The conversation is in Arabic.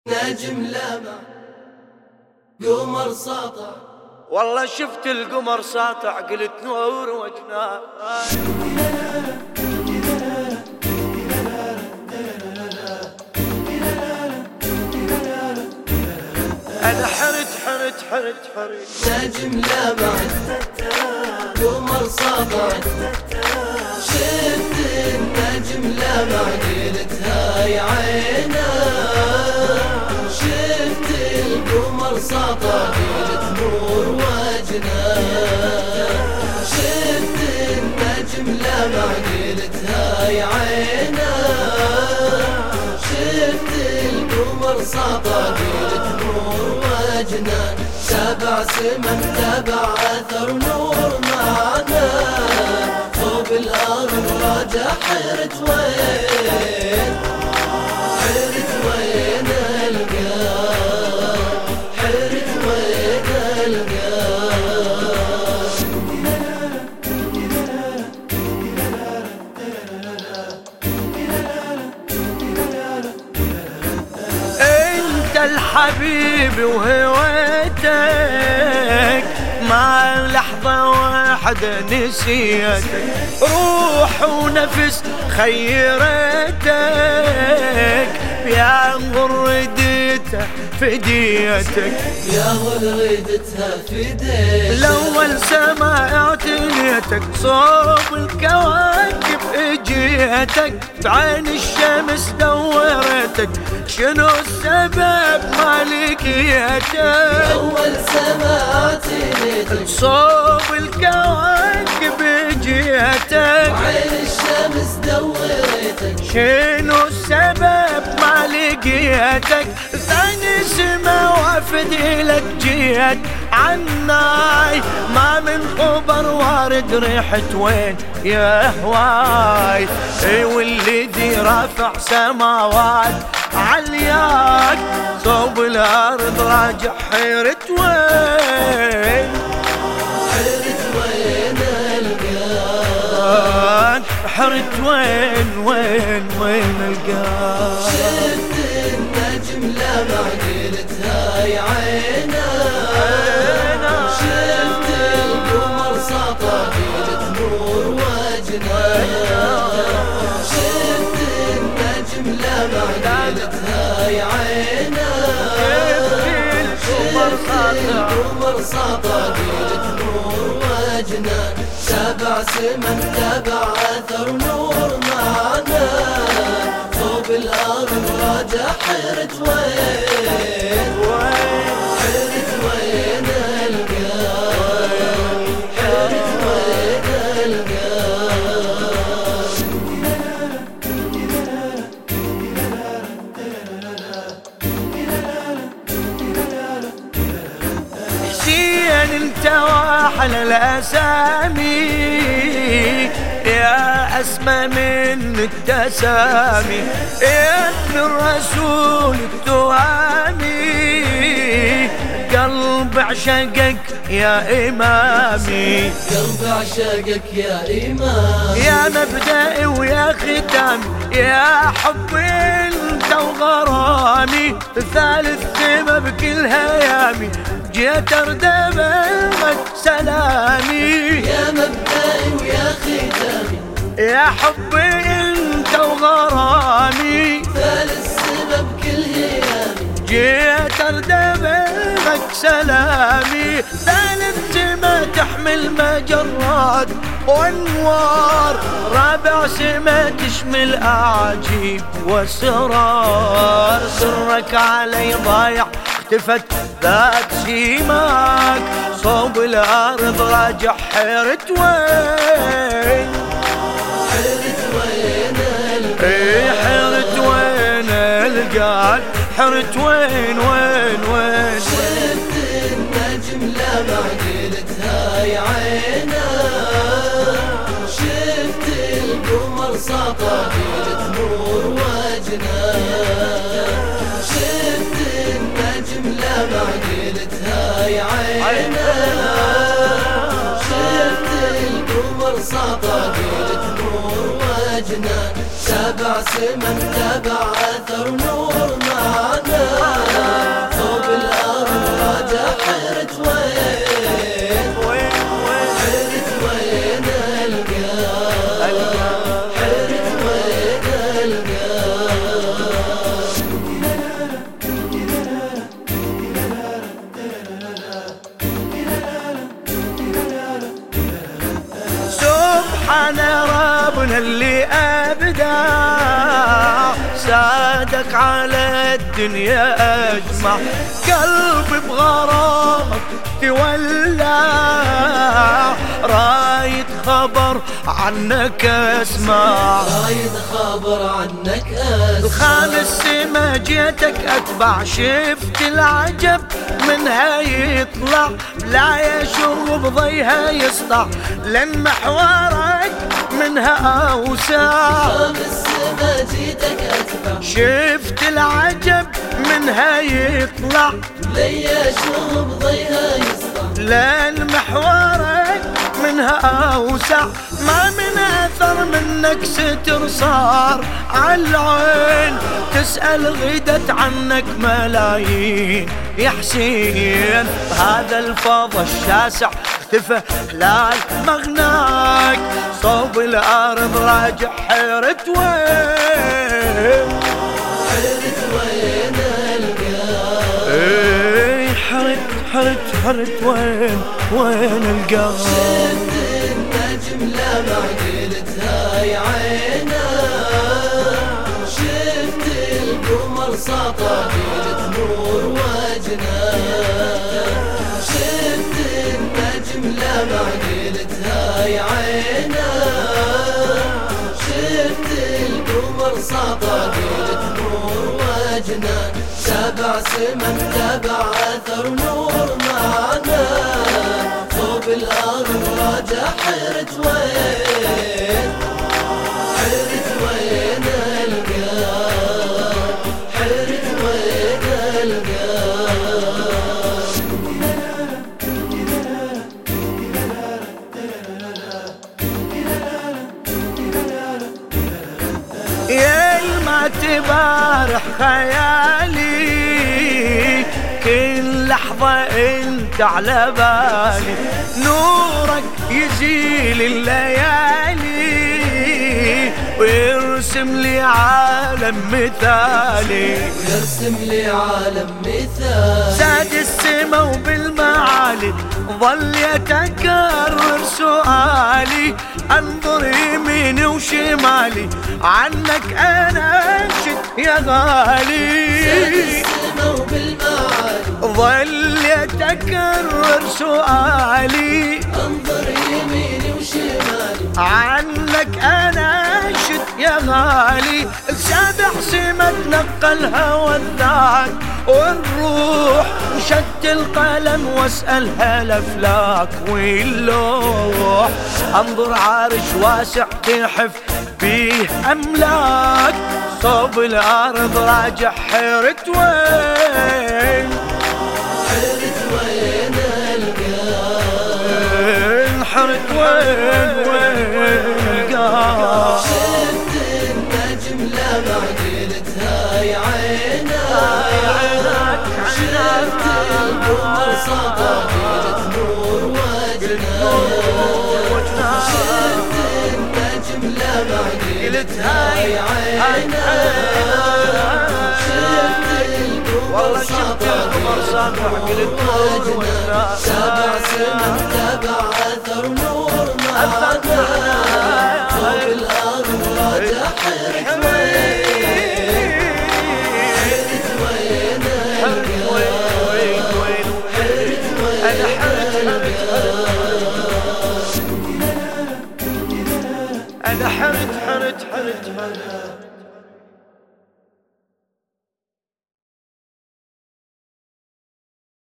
نجم لامع قمر ساطع، والله شفت القمر ساطع قلت نور وجنان. أنا حرت نجم لامع قمر ساطع، شفت النجم لامع قلت هاي عينا، شفت القمر ساطع قلت نور وجنا، شفت النجم لامع قلت هاي عينا، شفت القمر ساطع قلت نور وجنا، سبع سمن تبع اثر نور معنا، فوق الارض راجع حيرت وين، حيرت وين القاه، حيرت وين القاه. انت الحبيب وهويتك، ما لحظة واحدة نسيتك، روح ونفس خيرتك، يا غردتها فديتك، يا غردتها فديتك، الأول سما اعتنيتك، صوب الكواكب اجيتك، بعين الشمس دورتك، شنو السبب ما لقيتك، أول سما اعتنيتك، صوب الكواكب اجيتك، بعين الشمس دورتك، شنو السبب ما لقيتك، ثاني سما وافد لك جيت عناي، ما من خبر وارد ريحة وين يا هواي، والذي رافع سماوات علياك، صوب الارض راجع حيرت وين، حيرت وين القاك، حرت وين القاك. شفت النجم لامع قلت هاي عينا، شفت القمر ساطع قلت نور وجنا، شفت النجم لامع قلت هاي عينا، شفت القمر ساطع قلت نور وجنا، سبع سمن تبع اثر نور معنا، فوق الارض راجع حيرت وين، حيرت وين القاه، حيرت وين القاه. حسين انت واحلى الاسامي، يا اسمى من التسامي، يا ابن الرسول التهامي، قلب عشقك يا امامي، قلب عشقك يا امامي، يا مبدئي ويا ختامي، يا حبي انت وغرامي، ثالث ثمة بكل هيامي، جيت اردم لك سلامي، يا مبدئي ويا ختامي، يا حبي انت وغرامي، ثالث سبب كل هيامي، جيت اردم لك سلامي، ثالث سما تحمل مجرات وانوار، رابع سما تشمل اعاجيب واسرار، سرك علي ضايع اختفت ذات سيماك، صوب الارض راجع حيرت وين، حيرت وين ايه حيرت وين القاك، حيرت وين شفت النجم لامع قلت هاي عينا، شفت القمر ساطع قلت نور وجنا، شفت النجم لامع قلت هاي عينا، شفت القمر ساطع قلت نور وجنا، سبع سمن تبع اثر نور معنا. يلي أبدع سادك على الدنيا أجمع، قلبي بغرامك تولع، رايد خبر عنك اسمع، رايد خبر عنك اسمع. الخامس سما جيتك اتبع، شفت العجب منها يطلع، لا يشوف ضيها يسطع، لان محورك منها اوسع. الخامس سما جيتك اتبع، شفت العجب منها يطلع، لن يشوف ضيها يسطع، لان محورك منها اوسع، ما من اثر منك ستر صار عالعين، تسأل غدت عنك ملايين يا حسين، هذا الفضا الشاسع اختفى هلال مغناك، صوب الارض راجع حيرت وين، حيرت وين القاك، اي حرت وين القاك. شفت النجم لمع قلتها يا عينا، شفت القمر سطع قلت نور وجنا، شفت النجم لمع قلتها يا عينا، شفت القمر سطع قلت نور وجنا، سبع سمن تبع اثر نور معنا، فوق الارض راجع حيرت وين، حيرت وين القاك، حيرت وين القاك. يا ما تبارح خيالي، كل لحظة انت على بالي، نورك يزيل الليالي ويرسم لي عالم مثالي، يرسم لي عالم مثالي، زاد السما وبالمعالي ظل يتكرر سؤالي، انظر يميني وشمالي عنك انا انشد يا غالي، زاد السما وبالمعالي ظل يتكرر سؤالي، انظر يميني وشمالي عنك انا انشد يا غالي، السابع سمة تنقى الهوى الذاك والروح، وشد القلم واسألها الافلاك واللوح، انظر عرش واسع تحف بيه املاك، صوب الارض راجع حيرت وين، حيرت وين القاك، حيرت وين القاك. شفت النجم لمع قلتها يا عينا، شفت القمر سطع قلت نور وجنا، شفت النجم لمع قلتها يا عينا، شفت القمر سطع قلت نور وجنا، سبع سمن تبع اثر نور معنا، فوق الارض راجع حيرت وين، حيرت وين القاك، حيرت وين القاك. أنا حرت